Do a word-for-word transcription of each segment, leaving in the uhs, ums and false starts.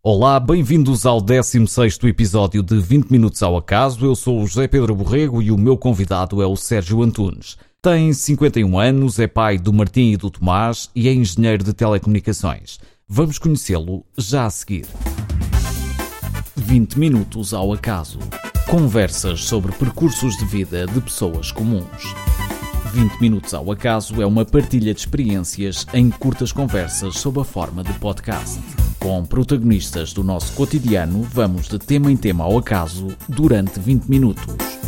Olá, bem-vindos ao décimo sexto episódio de vinte minutos ao acaso. Eu sou o José Pedro Borrego e o meu convidado é o Sérgio Antunes. Tem cinquenta e um anos, é pai do Martim e do Tomás e é engenheiro de telecomunicações. Vamos conhecê-lo já a seguir. vinte minutos ao acaso. Conversas sobre percursos de vida de pessoas comuns. vinte minutos ao acaso é uma partilha de experiências em curtas conversas sob a forma de podcast. Com protagonistas do nosso cotidiano, vamos de tema em tema ao acaso durante vinte minutos.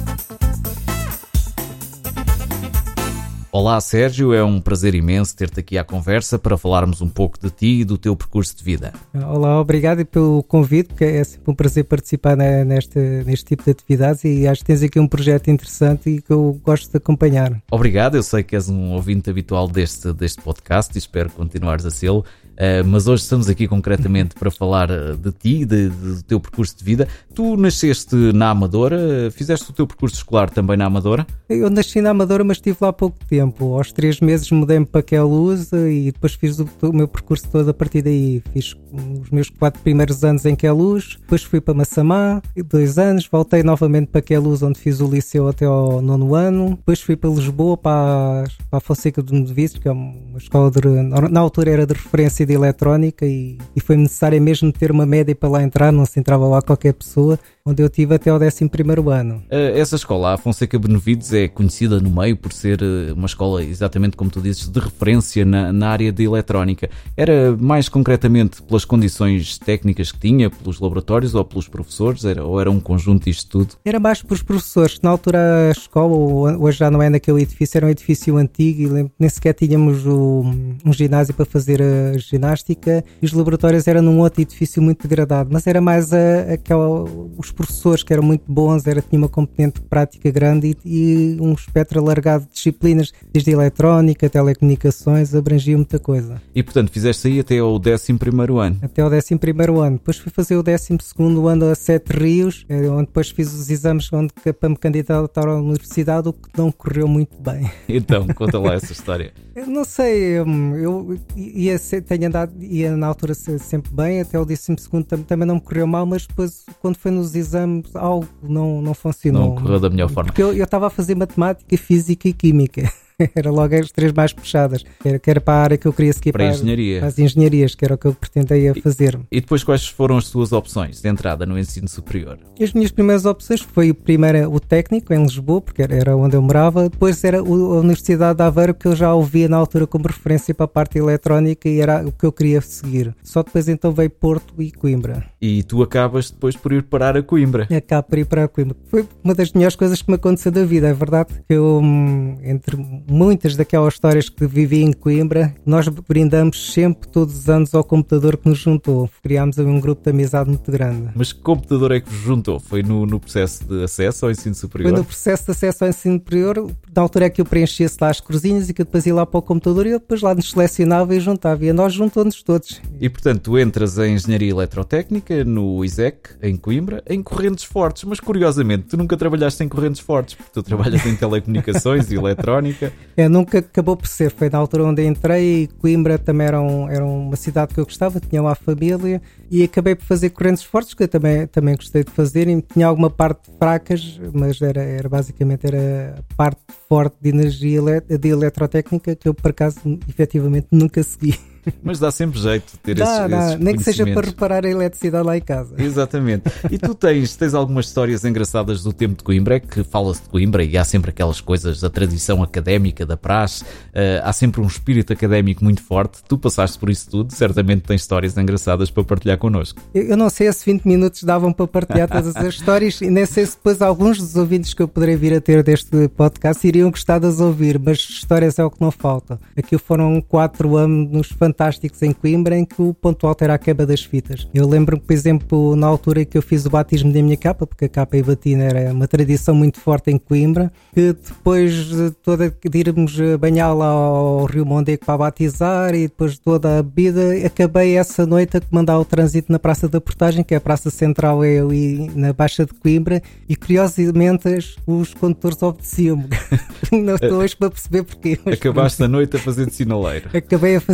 Olá Sérgio, é um prazer imenso ter-te aqui à conversa para falarmos um pouco de ti e do teu percurso de vida. Olá, obrigado pelo convite, porque é sempre um prazer participar neste, neste tipo de atividades e acho que tens aqui um projeto interessante e que eu gosto de acompanhar. Obrigado, eu sei que és um ouvinte habitual deste, deste podcast e espero continuares a sê-lo. Uh, mas hoje estamos aqui concretamente para falar de ti, de, de, do teu percurso de vida. Tu nasceste na Amadora, fizeste o teu percurso escolar também na Amadora? Eu nasci na Amadora, mas estive lá há pouco tempo. Aos três meses mudei-me para Queluz e depois fiz o, o meu percurso todo a partir daí. Fiz os meus quatro primeiros anos em Queluz, depois fui para Massamá, dois anos, voltei novamente para Queluz, onde fiz o liceu até ao nono ano, depois fui para Lisboa, para, para a Fonseca de Matosinhos, que é uma escola de, na altura era de referência de eletrónica e, e foi necessário mesmo ter uma média para lá entrar, não se entrava lá qualquer pessoa, onde eu tive até ao décimo primeiro ano. Essa escola, a Fonseca Benevides, é conhecida no meio por ser uma escola, exatamente como tu dizes, de referência na, na área de eletrónica. Era mais concretamente pelas condições técnicas que tinha, pelos laboratórios ou pelos professores, era, ou era um conjunto disto tudo? Era mais pelos professores. Na altura a escola, hoje já não é naquele edifício, era um edifício antigo e nem sequer tínhamos o, um ginásio para fazer a ginástica e os laboratórios eram num outro edifício muito degradado, mas era mais a, aquela, os professores que eram muito bons, era, tinha uma componente prática grande e, e um espectro alargado de disciplinas, desde eletrónica, telecomunicações, abrangia muita coisa. E portanto fizeste aí até ao décimo primeiro ano? Até ao décimo primeiro ano. Depois fui fazer o décimo segundo ano a Sete Rios, onde depois fiz os exames onde, para me candidatar à universidade, o que não correu muito bem. Então, conta lá essa história. Eu não sei, eu ia ser, tenho andado, ia na altura sempre bem, até o décimo segundo também não me correu mal, mas depois quando foi nos exames algo não, não funcionou. Não correu da melhor forma. Porque eu estava a fazer matemática, física e química. Era logo as três mais puxadas, que era, que era para a área que eu queria seguir, para, para, engenharia. para as engenharias, que era o que eu pretendia fazer. E, e depois quais foram as tuas opções de entrada no ensino superior? As minhas primeiras opções foi o primeiro o técnico em Lisboa, porque era, era onde eu morava, depois era o, a Universidade de Aveiro, que eu já ouvia na altura como referência para a parte eletrónica e era o que eu queria seguir. Só depois então veio Porto e Coimbra. E tu acabas depois por ir parar a Coimbra. Acabo por ir para a Coimbra. Foi uma das melhores coisas que me aconteceu da vida, é verdade que eu, entre muitas daquelas histórias que vivi em Coimbra, nós brindamos sempre todos os anos ao computador que nos juntou. Criámos um grupo de amizade muito grande. Mas que computador é que vos juntou? Foi no, no processo de acesso ao ensino superior? Foi no processo de acesso ao ensino superior, na altura é que eu preenchesse lá as cruzinhas e que eu depois ia lá para o computador e eu depois lá nos selecionava e juntava. E a nós juntou-nos todos. E portanto, tu entras em Engenharia Eletrotécnica no I S E C, em Coimbra, em correntes fortes. Mas curiosamente, tu nunca trabalhaste em correntes fortes, porque tu trabalhas em telecomunicações e eletrónica. É, nunca acabou por ser. Foi na altura onde entrei e Coimbra também era, um, era uma cidade que eu gostava, tinha lá a família e acabei por fazer correntes fortes, que eu também, também gostei de fazer e tinha alguma parte de fracas, mas era, era basicamente era a parte forte de energia de eletrotécnica que eu por acaso efetivamente nunca segui. Mas dá sempre jeito de ter dá, esses, dá. esses Nem que seja para reparar a eletricidade lá em casa. Exatamente. E tu tens, tens algumas histórias engraçadas do tempo de Coimbra, é que fala-se de Coimbra e há sempre aquelas coisas da tradição académica, da praxe, uh, há sempre um espírito académico muito forte. Tu passaste por isso tudo, certamente tens histórias engraçadas para partilhar connosco. Eu, eu não sei se vinte minutos davam para partilhar todas as histórias e nem sei se depois alguns dos ouvintes que eu poderei vir a ter deste podcast iriam gostar de as ouvir, mas histórias é o que não falta. Aqui foram quatro anos fantásticos em Coimbra, em que o ponto alto era a quebra das fitas. Eu lembro-me, por exemplo, na altura que eu fiz o batismo da minha capa, porque a capa e batina era uma tradição muito forte em Coimbra, que depois toda, de irmos banhá-la ao Rio Mondego para batizar e depois toda a bebida, acabei essa noite a comandar o trânsito na Praça da Portagem, que é a Praça Central eu e na Baixa de Coimbra, e curiosamente os condutores obedeciam-me. Não estou hoje para perceber porquê. Acabaste a noite a fazer de sinaleiro. Acabei a fazer de sinaleiro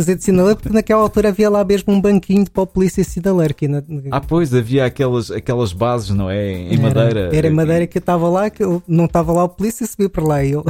lembro que naquela altura havia lá mesmo um banquinho para o polícia sinalar. Aqui na... Ah, pois, havia aquelas, aquelas bases, não é? Em era, madeira. Era em madeira que eu estava lá, que eu não estava lá o polícia, subi para lá e eu...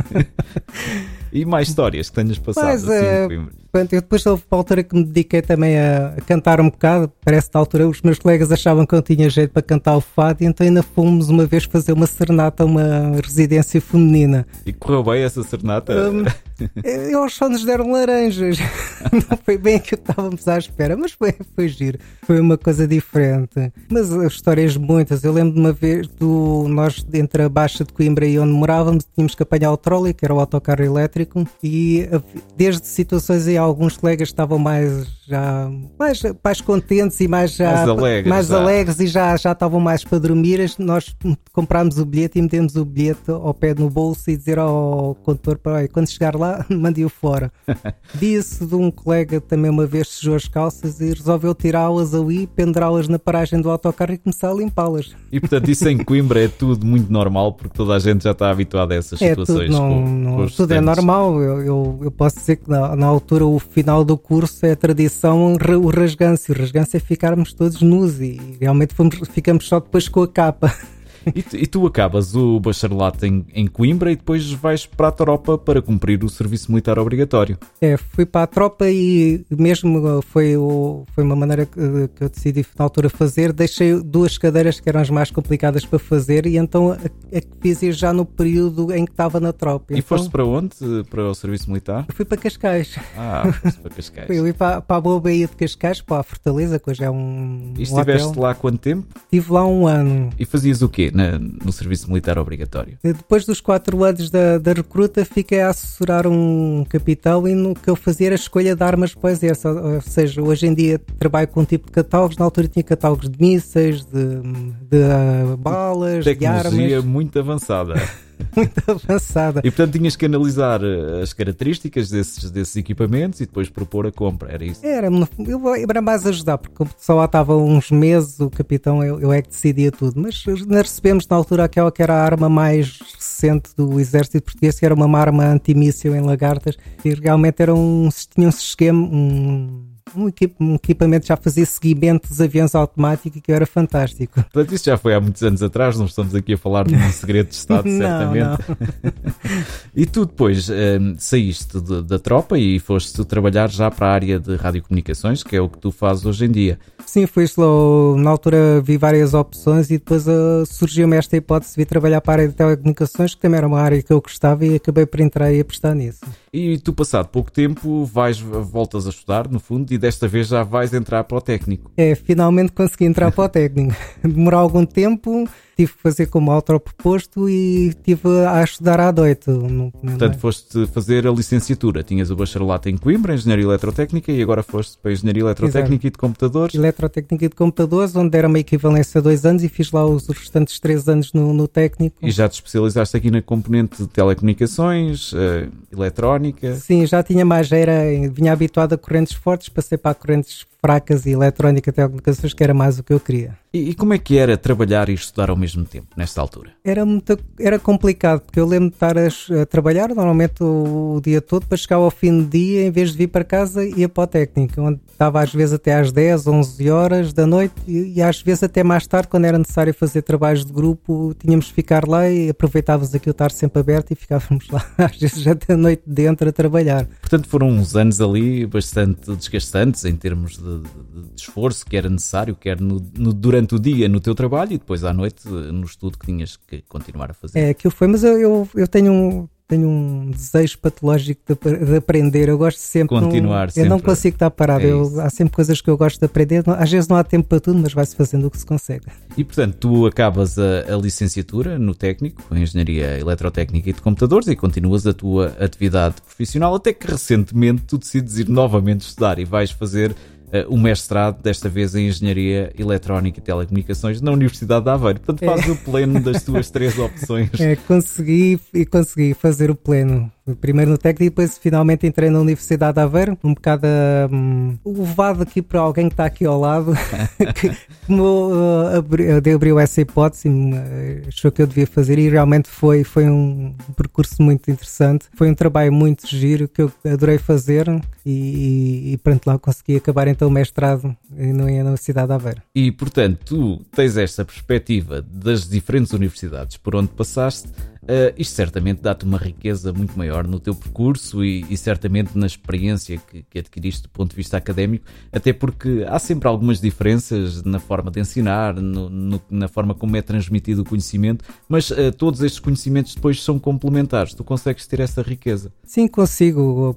E mais histórias que tenhas passado? Mas, assim, uh, em Coimbra? Pronto, eu depois houve uma altura que me dediquei também a, a cantar um bocado. Parece que na altura os meus colegas achavam que eu tinha jeito para cantar o fado, e então ainda fomos uma vez fazer uma serenata a uma residência feminina. E correu bem essa serenata? Um, eles só nos deram laranjas. Não foi bem aquilo que estávamos à espera, mas foi, foi giro. Foi uma coisa diferente. Mas histórias muitas. Eu lembro de uma vez, do, nós entre a Baixa de Coimbra e onde morávamos, tínhamos que apanhar o trolley, que era o autocarro elétrico, e desde situações aí alguns colegas estavam mais já mais, mais contentes e mais, já, mais alegres, mais já. alegres e já, já estavam mais para dormir. Nós comprámos o bilhete e metemos o bilhete ao pé no bolso e dizer ao condutor para quando chegar lá, mande-o fora. Disse de um colega também uma vez sujou as calças e resolveu tirá-las ali, pendurá-las na paragem do autocarro e começar a limpá-las. E portanto isso em Coimbra é tudo muito normal, porque toda a gente já está habituada a essas é, situações. Tudo, não, com, não, com os tudo é normal. Eu, eu, eu posso dizer que na, na altura o final do curso é a tradição, o rasganço. O rasganço é ficarmos todos nus e realmente fomos, ficamos só depois com a capa. E tu, e tu acabas o bacharelato em, em Coimbra e depois vais para a tropa para cumprir o serviço militar obrigatório. É, fui para a tropa e mesmo foi, o, foi uma maneira que, que eu decidi na altura fazer. Deixei duas cadeiras que eram as mais complicadas para fazer e então a, a que fiz já no período em que estava na tropa. E então, foste para onde? Para o serviço militar? Eu fui para Cascais. Ah, foste para Cascais. Eu fui para, para a boa Baía de Cascais, para a Fortaleza, que hoje é um E estiveste um hotel. lá há quanto tempo? Estive lá um ano. E fazias o quê na, no serviço militar obrigatório? Depois dos quatro anos da, da recruta, fiquei a assessorar um capitão e no que eu fazia era a escolha de armas para o exército. Ou seja, hoje em dia trabalho com um tipo de catálogos, na altura tinha catálogos de mísseis, de, de uh, balas, Tecnologia de armas. muito avançada. Muito avançada. E portanto tinhas que analisar as características desses, desses equipamentos e depois propor a compra, era isso? Era, eu era mais ajudar, porque só lá estava uns meses, o capitão eu, eu é que decidia tudo, mas nós recebemos na altura aquela que era a arma mais recente do exército português, que era uma arma antimíssil em lagartas, e realmente era um, tinha um esquema, um... Um, equip, um equipamento já fazia seguimento dos aviões automáticos e que era fantástico. Portanto, isso já foi há muitos anos atrás, não estamos aqui a falar de um segredo de Estado, certamente. Não, não. E tu depois um, saíste de, da tropa e foste trabalhar já para a área de radiocomunicações, que é o que tu fazes hoje em dia. Sim, foi isso. Na altura vi várias opções e depois uh, surgiu-me esta hipótese de vir trabalhar para a área de telecomunicações, que também era uma área que eu gostava e acabei por entrar e apostar nisso. E tu, passado pouco tempo, vais, voltas a estudar, no fundo, e desta vez já vais entrar para o técnico. É, finalmente consegui entrar para o técnico. Demorou algum tempo, tive que fazer como autoproposto e estive a estudar à noite. Portanto, foste fazer a licenciatura. Tinhas o bacharelato em Coimbra, Engenharia Eletrotécnica, e agora foste para a Engenharia Eletrotécnica. Exato. E de Computadores. Eletrotécnica e de Computadores, onde era uma equivalência a dois anos e fiz lá os restantes três anos no, no técnico. E já te especializaste aqui na componente de telecomunicações, uh, eletrónica? Sim, já tinha mais, já era, vinha habituado a correntes fortes, passei para correntes fracas e eletrónica, telecomunicações, que era mais o que eu queria. E, e como é que era trabalhar e estudar ao mesmo tempo, nesta altura? Era, muito, era complicado, porque eu lembro de estar a, a trabalhar normalmente o, o dia todo, para chegar ao fim do dia, em vez de vir para casa, ia para o técnico, onde estava às vezes até às dez, onze horas da noite e, e às vezes até mais tarde, quando era necessário fazer trabalhos de grupo, tínhamos de ficar lá e aproveitávamos aquilo estar sempre aberto e ficávamos lá, às vezes até a noite dentro a trabalhar. Portanto, foram uns anos ali bastante desgastantes em termos de, de, de esforço que era necessário, quer no, no, durante o dia no teu trabalho e depois à noite no estudo que tinhas que continuar a fazer. É, aquilo foi, mas eu, eu, eu tenho um... Tenho um desejo patológico de, de aprender. Eu gosto sempre de continuar. Não, sempre. Eu não consigo estar parado. É eu, há sempre coisas que eu gosto de aprender. Às vezes não há tempo para tudo, mas vai-se fazendo o que se consegue. E portanto, tu acabas a, a licenciatura no técnico, em Engenharia Eletrotécnica e de Computadores, e continuas a tua atividade profissional, até que recentemente tu decides ir novamente estudar e vais fazer Uh, o mestrado, desta vez em Engenharia Eletrónica e Telecomunicações, na Universidade de Aveiro. Portanto, fazes é. o pleno das tuas três opções. É, consegui e consegui fazer o pleno. Primeiro no técnico e depois finalmente entrei na Universidade de Aveiro, um bocado um, levado aqui para alguém que está aqui ao lado, que me uh, abriu, abriu essa hipótese, uh, achou que eu devia fazer e realmente foi, foi um percurso muito interessante. Foi um trabalho muito giro que eu adorei fazer e, e, e pronto, lá consegui acabar então o mestrado na Universidade de Aveiro. E portanto, tu tens esta perspectiva das diferentes universidades por onde passaste. Uh, isto certamente dá-te uma riqueza muito maior no teu percurso e, e certamente na experiência que, que adquiriste do ponto de vista académico, até porque há sempre algumas diferenças na forma de ensinar, no, no, na forma como é transmitido o conhecimento, mas uh, todos estes conhecimentos depois são complementares. Tu consegues ter essa riqueza? Sim, consigo.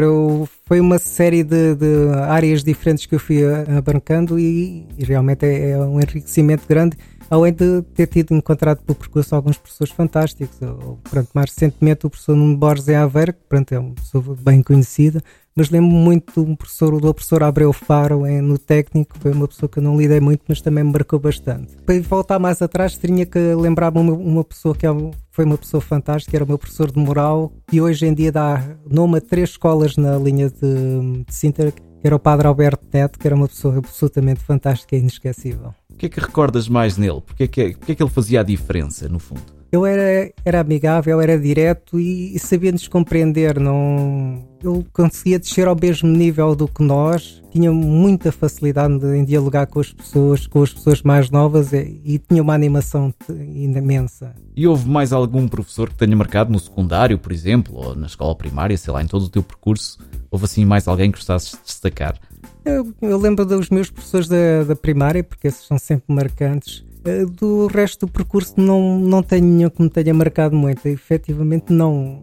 Foi uma série de, de áreas diferentes que eu fui abarcando e, e realmente é, é um enriquecimento grande. Além de ter tido encontrado pelo percurso alguns professores fantásticos, ou, pronto, mais recentemente o professor Nuno Borges em Aveiro, que pronto, é uma pessoa bem conhecida, mas lembro-me muito do professor, do professor Abreu Faro em, no técnico, foi uma pessoa que eu não lidei muito, mas também me marcou bastante. Para voltar mais atrás, tinha que lembrar-me uma, uma pessoa que é, foi uma pessoa fantástica, era o meu professor de moral, que hoje em dia dá nome a três escolas na linha de, de Sintra, que era o padre Alberto Neto, que era uma pessoa absolutamente fantástica e inesquecível. O que é que recordas mais nele? Porque é que, porque é que ele fazia a diferença, no fundo? Eu era, era amigável, era direto e, e sabia-nos compreender. Não, ele conseguia descer ao mesmo nível do que nós, tinha muita facilidade em dialogar com as pessoas, com as pessoas mais novas e, e tinha uma animação imensa. E houve mais algum professor que tenha marcado no secundário, por exemplo, ou na escola primária, sei lá, em todo o teu percurso? Houve assim mais alguém que gostasses de destacar? Eu, eu lembro dos meus professores da, da primária, porque esses são sempre marcantes. Do resto do percurso não, não tenho nenhum que me tenha marcado muito. Efetivamente não.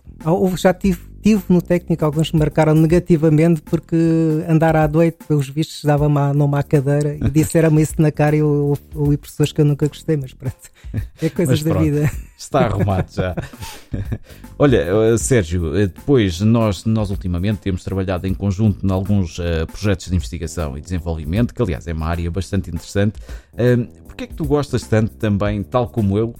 Eu já tive, tive no técnico alguns que me marcaram negativamente porque andar à noite pelos vistos dava-me a nome à cadeira e disseram-me isso na cara e eu ouvi professores que eu nunca gostei, mas pronto, é coisas da vida. Está arrumado já. Olha, Sérgio, depois nós, nós ultimamente temos trabalhado em conjunto em alguns uh, projetos de investigação e desenvolvimento, que aliás é uma área bastante interessante. Uh, Porquê é que tu gostas tanto também, tal como eu,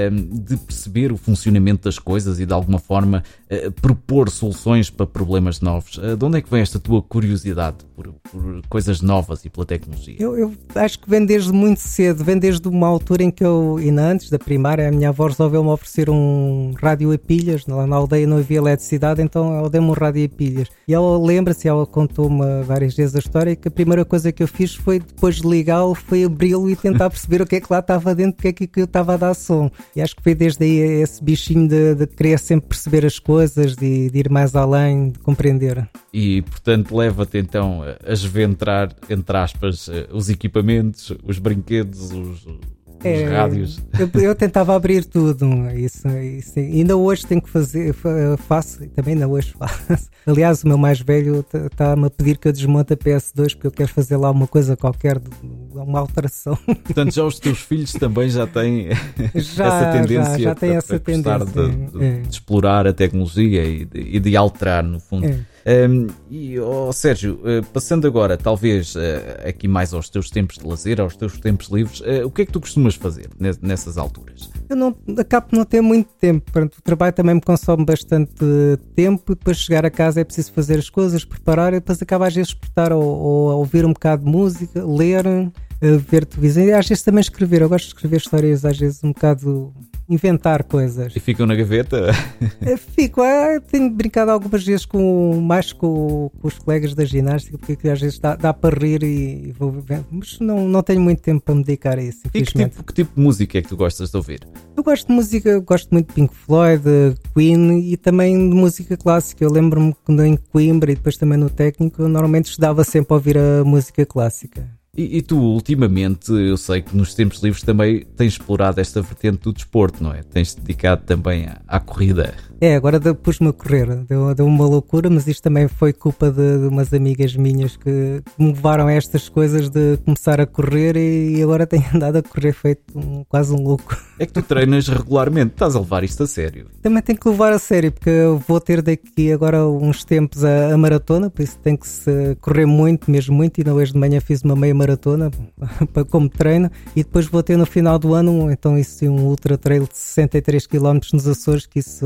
de perceber o funcionamento das coisas e de alguma forma propor soluções para problemas novos? De onde é que vem esta tua curiosidade por, por coisas novas e pela tecnologia? Eu, eu acho que vem desde muito cedo, vem desde uma altura em que eu, ainda antes da primária, a minha avó resolveu-me oferecer um rádio a pilhas. Lá na aldeia não havia eletricidade, então ela deu-me um rádio a pilhas. E ela lembra-se, ela contou-me várias vezes a história, que a primeira coisa que eu fiz foi, depois de ligá-lo, foi abri-lo e tentar perceber o que é que lá estava dentro, o que é que eu estava a dar som. E acho que foi desde aí esse bichinho de, de querer sempre perceber as coisas, de, de ir mais além, de compreender. E, portanto, leva-te então a esventrar, entre aspas, os equipamentos, os brinquedos, os, os é, rádios. Eu, eu tentava abrir tudo, isso, isso. Ainda hoje tenho que fazer, faço, também ainda hoje faço. Aliás, o meu mais velho está-me a pedir que eu desmonte a P S dois porque eu quero fazer lá uma coisa qualquer, uma alteração. Portanto, já os teus filhos também já têm já, essa tendência, já, já tem para, essa para tendência de, de, é. de explorar a tecnologia e de, e de alterar, no fundo. É. Um, e, oh, Sérgio, uh, passando agora talvez uh, aqui mais aos teus tempos de lazer, aos teus tempos livres, uh, o que é que tu costumas fazer nessas alturas? Eu não, acabo de não ter muito tempo, portanto, o trabalho também me consome bastante tempo, depois chegar a casa é preciso fazer as coisas, preparar, e depois acabo às vezes de escutar ou, ou ouvir um bocado de música, ler, uh, ver televisão e às vezes também escrever. Eu gosto de escrever histórias às vezes um bocado... inventar coisas. E ficam na gaveta? Fico, ah, tenho brincado algumas vezes com, mais com, com os colegas da ginástica, porque às vezes dá, dá para rir e, e vou vendo, mas não, não tenho muito tempo para me dedicar a isso. E que tipo, que tipo de música é que tu gostas de ouvir? Eu gosto de música, gosto muito de Pink Floyd, de Queen e também de música clássica. Eu lembro-me quando em Coimbra e depois também no técnico, eu normalmente estudava sempre a ouvir a música clássica. E, e tu, ultimamente, eu sei que nos tempos livres também tens explorado esta vertente do desporto, não é? Tens-te dedicado também à, à corrida. É, agora pus-me a correr, deu, deu uma loucura, mas isto também foi culpa de, de umas amigas minhas que me levaram a estas coisas de começar a correr e agora tenho andado a correr feito um, quase um louco. É que tu treinas regularmente, estás a levar isto a sério. Também tenho que levar a sério, porque eu vou ter daqui agora uns tempos a, a maratona, por isso tenho que se correr muito, mesmo muito, e ainda hoje de manhã fiz uma meia maratona para como treino, e depois vou ter no final do ano, então isso um ultra trail de sessenta e três quilómetros nos Açores, que isso acho que me vai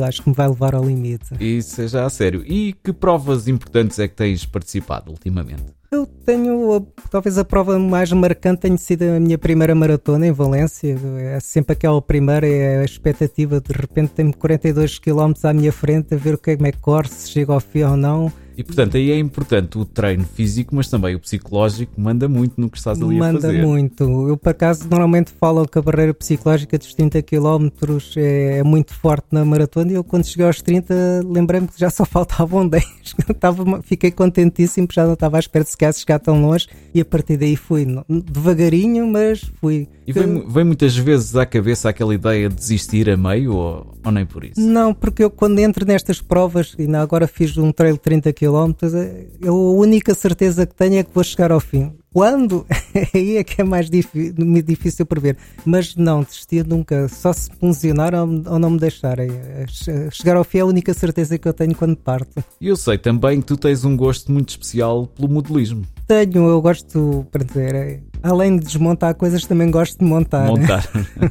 vai levar ao limite. Isso é já a sério. E que provas importantes é que tens participado ultimamente? Eu tenho, talvez a prova mais marcante tenha sido a minha primeira maratona em Valência. É sempre aquela primeira, é a expectativa, de repente tenho quarenta e dois quilómetros à minha frente a ver o que é que corre, se chega ao fim ou não. E portanto aí é importante o treino físico, mas também o psicológico manda muito no que estás ali manda a fazer. Manda muito. Eu por acaso normalmente falo que a barreira psicológica dos trinta quilómetros é, é muito forte na maratona e eu quando cheguei aos trinta lembrei-me que já só faltavam dez. Estava, fiquei contentíssimo porque já não estava à espera de sequer chegar tão longe e a partir daí fui devagarinho, mas fui. E vem, vem muitas vezes à cabeça aquela ideia de desistir a meio ou, ou nem por isso? Não, porque eu quando entro nestas provas, e ainda agora fiz um trail de trinta quilómetros, eu a única certeza que tenho é que vou chegar ao fim. Quando? Aí é que é mais difícil, difícil prever. Mas não, desistir nunca. Só se funcionar ou, ou não me deixarem. Chegar ao fim é a única certeza que eu tenho quando parto. E eu sei também que tu tens um gosto muito especial pelo modelismo. Tenho, eu gosto, para dizer, além de desmontar coisas, também gosto de montar. Montar.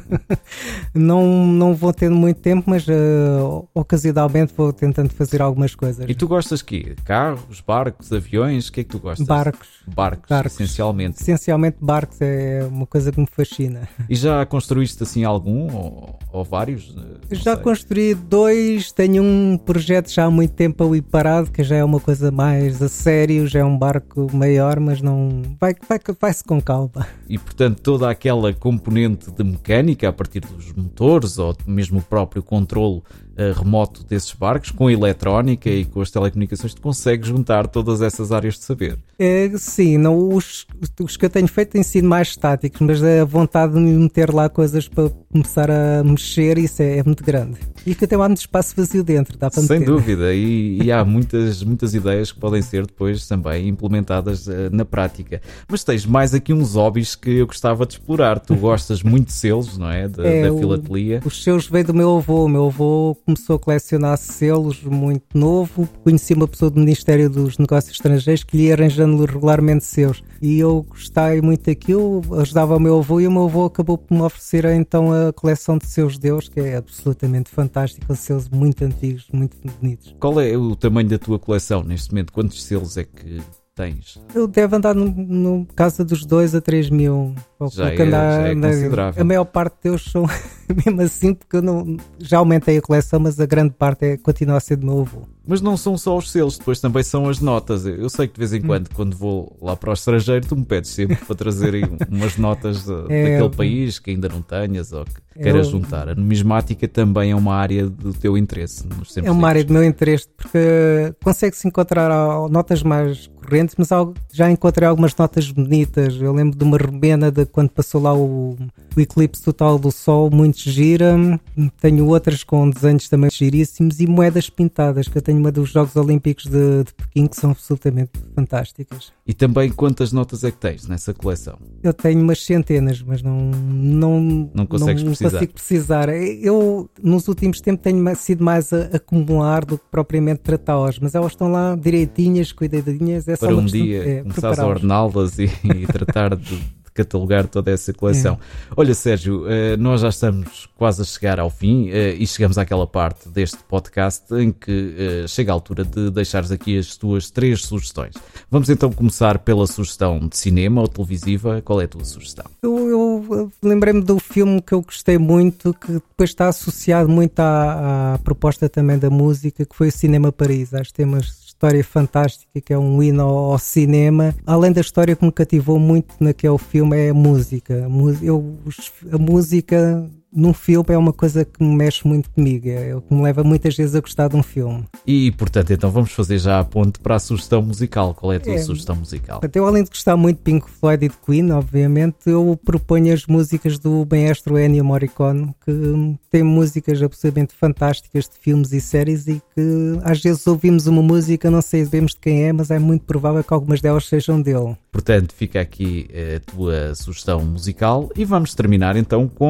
não, não vou tendo muito tempo, mas uh, ocasionalmente vou tentando fazer algumas coisas. E tu gostas de quê? Carros, barcos, aviões? O que é que tu gostas? Barcos. Barcos, barcos. essencialmente. Essencialmente barcos é uma coisa que me fascina. E já construíste assim algum ou, ou vários? Não já sei. Construí dois, tenho um projeto já há muito tempo ali parado, que já é uma coisa mais a sério, já é um barco maior, mas não vai, vai, vai-se com calma. E portanto toda aquela componente de mecânica a partir dos motores ou mesmo o próprio controlo uh, remoto desses barcos, com a eletrónica e com as telecomunicações, tu consegues juntar todas essas áreas de saber? É, sim, não, os, os que eu tenho feito têm sido mais estáticos, mas a vontade de me meter lá coisas para começar a mexer, isso é, é muito grande. E que até há muito espaço vazio dentro, dá para Sem meter. dúvida, e, e há muitas, muitas ideias que podem ser depois também implementadas uh, na prática. Mas tens mais aqui uns hobbies que eu gostava de explorar. Tu gostas muito de selos, não é? Da, é da o, filatelia. Os selos veio do meu avô. O meu avô começou a colecionar selos muito novo. Conheci uma pessoa do Ministério dos Negócios Estrangeiros que lhe ia arranjando regularmente selos. E eu gostei muito daquilo, ajudava o meu avô e o meu avô acabou por me oferecer então a coleção de seus deus, que é absolutamente fantástica, selos muito antigos, muito bonitos. Qual é o tamanho da tua coleção neste momento? Quantos selos é que tens? Eu devo andar no, no casa dos dois a três mil. Já é, andar, já é considerável. A maior parte deles são mesmo assim, porque eu não, já aumentei a coleção, mas a grande parte é, continua a ser do meu avô. Mas não são só os selos, depois também são as notas. Eu sei que de vez em quando, hum. quando vou lá para o estrangeiro, tu me pedes sempre para trazer umas notas é, daquele país que ainda não tenhas ou que queiras eu... juntar. A numismática também é uma área do teu interesse. Nos é uma área do meu interesse, porque consegue-se encontrar notas mais correntes, mas já encontrei algumas notas bonitas. Eu lembro de uma romena de quando passou lá o, o eclipse total do Sol, muito gira. Tenho outras com desenhos também giríssimos e moedas pintadas, que eu tenho uma dos Jogos Olímpicos de, de Pequim, que são absolutamente fantásticas. E também quantas notas é que tens nessa coleção? Eu tenho umas centenas, mas não não, não, consegues não precisar. consigo precisar. Eu, nos últimos tempos, tenho sido mais a acumular do que propriamente tratá-las, mas elas estão lá direitinhas, cuidadinhas. É para um dia é, começares a ordená-las e, e tratar de, de catalogar toda essa coleção. É. Olha, Sérgio, nós já estamos quase a chegar ao fim e chegamos àquela parte deste podcast em que chega a altura de deixares aqui as tuas três sugestões. Vamos então começar pela sugestão de cinema ou televisiva. Qual é a tua sugestão? Eu, eu lembrei-me do filme que eu gostei muito, que depois está associado muito à, à proposta também da música, que foi o Cinema Paris. Acho que tem umas história fantástica, que é um hino ao cinema. Além da história que me cativou muito naquele filme é a música. Eu, a música num filme é uma coisa que me mexe muito comigo, é o que me leva muitas vezes a gostar de um filme. E, portanto, então vamos fazer já a ponte para a sugestão musical. Qual é a tua é, sugestão musical? Eu, além de gostar muito de Pink Floyd e de Queen, obviamente, eu proponho as músicas do maestro Ennio Morricone, que tem músicas absolutamente fantásticas de filmes e séries e que às vezes ouvimos uma música, não sabemos de quem é, mas é muito provável que algumas delas sejam dele. Portanto, fica aqui a tua sugestão musical e vamos terminar então com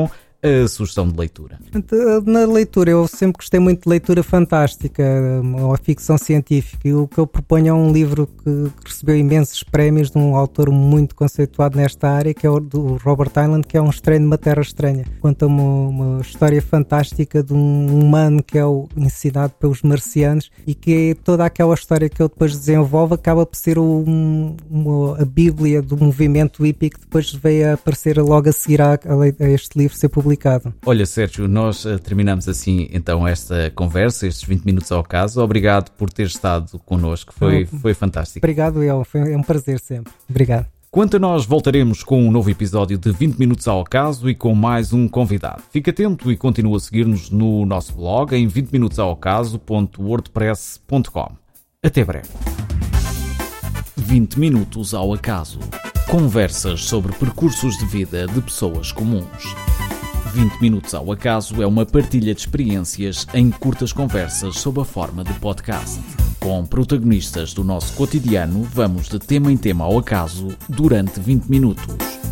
a sugestão de leitura? Na leitura, eu sempre gostei muito de leitura fantástica ou ficção científica, e o que eu proponho é um livro que recebeu imensos prémios de um autor muito conceituado nesta área, que é o do Robert Heinlein, que é Um Estranho numa Terra Estranha. Conta uma, uma história fantástica de um humano que é o, ensinado pelos marcianos, e que toda aquela história que ele depois desenvolve acaba por ser um, uma, a bíblia do movimento hippie, que depois veio a aparecer logo a seguir a, a este livro ser publicado. Olha, Sérgio, nós uh, terminamos assim então esta conversa, estes vinte minutos ao caso. Obrigado por ter estado connosco, foi, foi fantástico. Obrigado, eu, foi um prazer sempre. Obrigado. Quanto a nós, voltaremos com um novo episódio de vinte minutos ao caso e com mais um convidado. Fique atento e continue a seguir-nos no nosso blog em vinte minutos ao caso ponto wordpress ponto com. Até breve. vinte minutos ao acaso. Conversas sobre percursos de vida de pessoas comuns. vinte minutos ao acaso é uma partilha de experiências em curtas conversas sob a forma de podcast. Com protagonistas do nosso cotidiano, vamos de tema em tema ao acaso durante vinte minutos.